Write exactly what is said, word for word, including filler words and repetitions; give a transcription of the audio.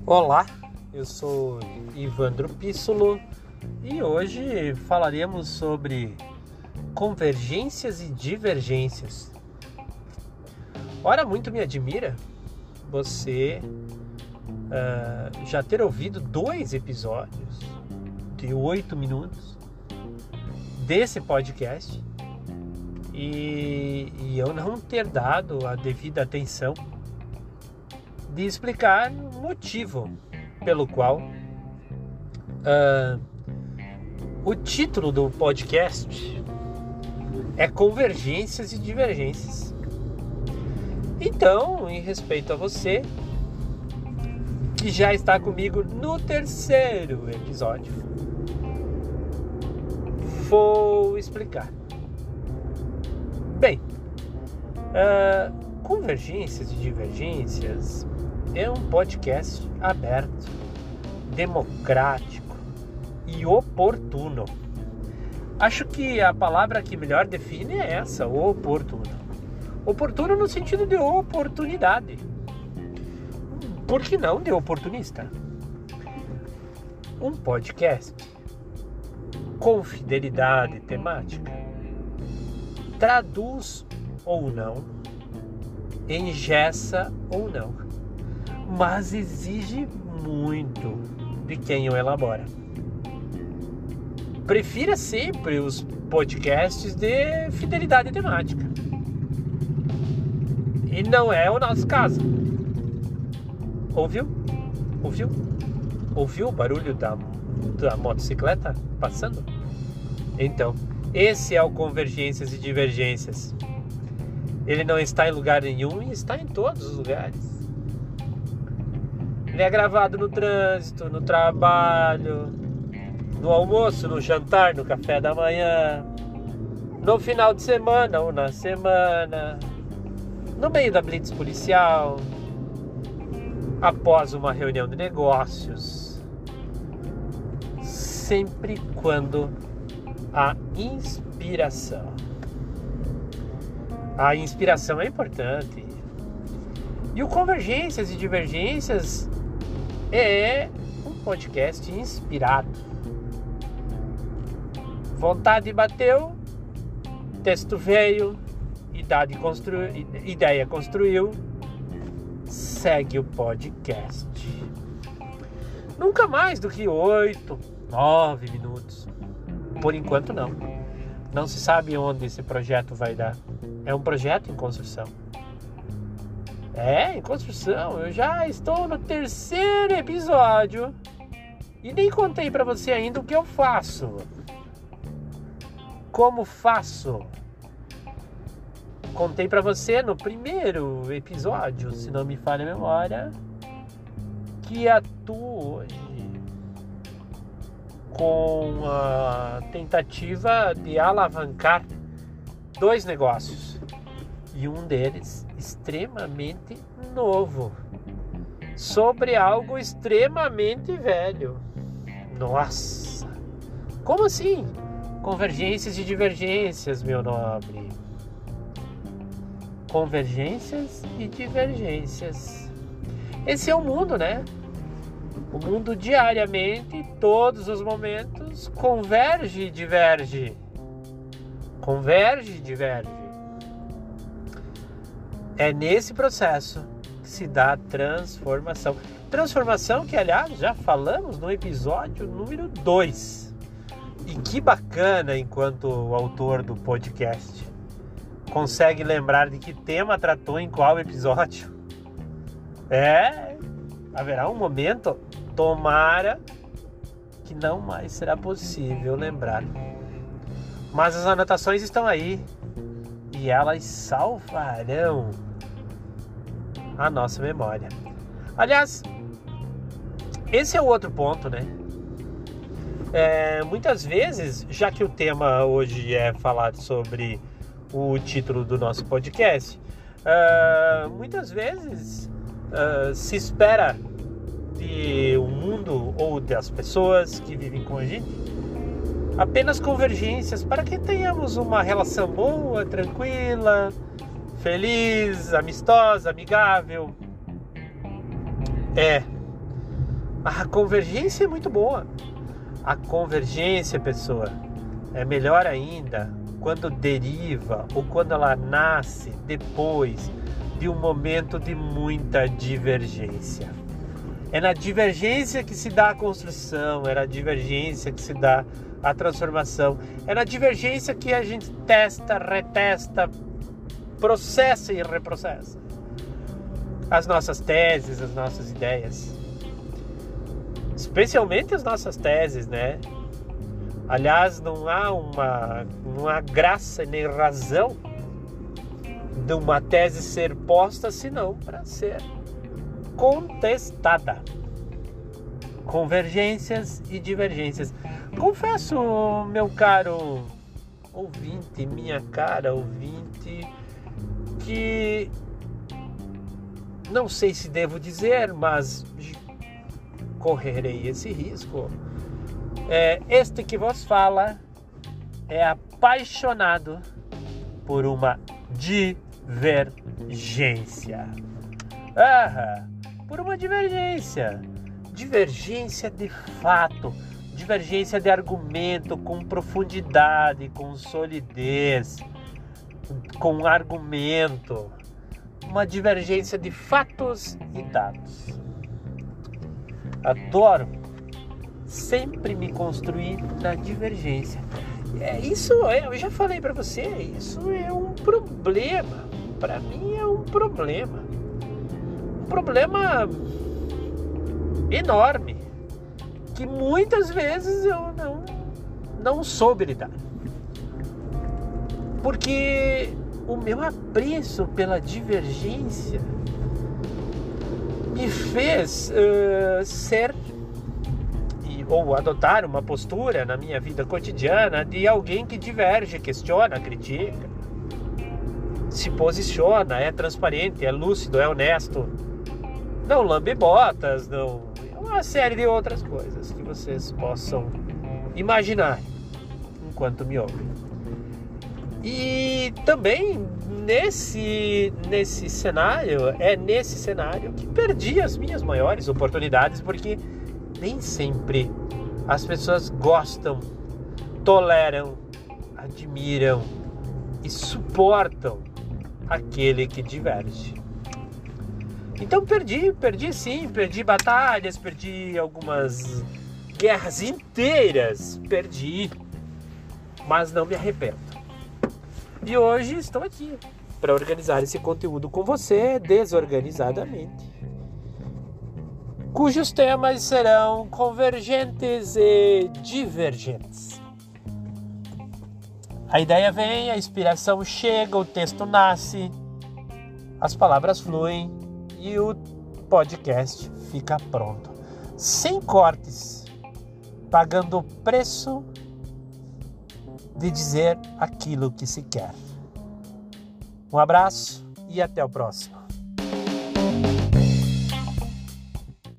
Olá, eu sou Ivandro Píssolo e hoje falaremos sobre convergências e divergências. Ora, muito me admira você uh, já ter ouvido dois episódios de oito minutos desse podcast e, e eu não ter dado a devida atenção de explicar o motivo pelo qual uh, o título do podcast é Convergências e Divergências. Então, em respeito a você, que já está comigo no terceiro episódio, vou explicar. Bem, uh, Convergências e Divergências é um podcast aberto, democrático e oportuno. Acho que a palavra que melhor define é essa, oportuno. Oportuno no sentido de oportunidade. Por que não de oportunista? Um podcast com fidelidade temática traduz ou não, engessa ou não, mas exige muito de quem o elabora. Prefira sempre os podcasts de fidelidade temática. E não é o nosso caso. Ouviu? Ouviu? Ouviu o barulho da, da motocicleta passando? Então, esse é o Convergências e Divergências. Ele não está em lugar nenhum e está em todos os lugares. Ele é gravado no trânsito, no trabalho, no almoço, no jantar, no café da manhã, no final de semana ou na semana, no meio da blitz policial, após uma reunião de negócios, sempre quando há inspiração. A inspiração é importante. E o Convergências e Divergências é um podcast inspirado. Vontade bateu, texto veio, idade constru... ideia construiu, segue o podcast. Nunca mais do que oito, nove minutos. Por enquanto não. Não se sabe onde esse projeto vai dar. É um projeto em construção. É, em construção. Eu já estou no terceiro episódio e nem contei pra você ainda o que eu faço. Como faço? Contei pra você no primeiro episódio, se não me falha a memória, que atuo hoje com a tentativa de alavancar dois negócios. E um deles extremamente novo, sobre algo extremamente velho. Nossa! Como assim? Convergências e divergências, meu nobre. Convergências e divergências. Esse é o mundo, né? O mundo diariamente, todos os momentos, converge e diverge. Converge e diverge. É nesse processo que se dá a transformação. Transformação que, aliás, já falamos no episódio número dois. E que bacana, enquanto o autor do podcast consegue lembrar de que tema tratou em qual episódio. É, haverá um momento, tomara, que não mais será possível lembrar. Mas as anotações estão aí e elas salvarão a nossa memória. Aliás, esse é o outro ponto, né? É, muitas vezes, já que o tema hoje é falar sobre o título do nosso podcast, uh, muitas vezes uh, se espera de um mundo ou das pessoas que vivem com a gente apenas convergências para que tenhamos uma relação boa, tranquila, feliz, amistosa, amigável. É, A convergência é muito boa. A convergência, pessoa, é melhor ainda quando deriva ou quando ela nasce depois de um momento de muita divergência. É na divergência que se dá a construção, é na divergência que se dá a transformação, é na divergência que a gente testa, retesta, processa e reprocessa as nossas teses, as nossas ideias. Especialmente as nossas teses, né? Aliás, não há uma, não há graça nem razão de uma tese ser posta senão para ser contestada. Convergências e divergências. Confesso, meu caro ouvinte, minha cara ouvinte, que não sei se devo dizer, mas correrei esse risco. É, este que vos fala é apaixonado por uma divergência. Ah, por uma divergência. Divergência de fato. Divergência de argumento com profundidade, com solidez, com argumento. Uma divergência de fatos e dados. Adoro sempre me construir na divergência. É, isso é, eu já falei para você, isso é um problema. Para mim é um problema. Um problema enorme. Que muitas vezes eu não, não soube lidar. Porque o meu apreço pela divergência me fez uh, ser ou adotar uma postura na minha vida cotidiana de alguém que diverge, questiona, critica, se posiciona, é transparente, é lúcido, é honesto, não lambe botas, não, uma série de outras coisas que vocês possam imaginar enquanto me ouvem. E também nesse, nesse cenário, é nesse cenário que perdi as minhas maiores oportunidades, porque nem sempre as pessoas gostam, toleram, admiram e suportam aquele que diverge. Então perdi, perdi sim, perdi batalhas, perdi algumas guerras inteiras, perdi, mas não me arrependo. E hoje estou aqui para organizar esse conteúdo com você desorganizadamente, cujos temas serão convergentes e divergentes. A ideia vem, a inspiração chega, o texto nasce, as palavras fluem e o podcast fica pronto. Sem cortes, pagando o preço de dizer aquilo que se quer. Um abraço e até o próximo.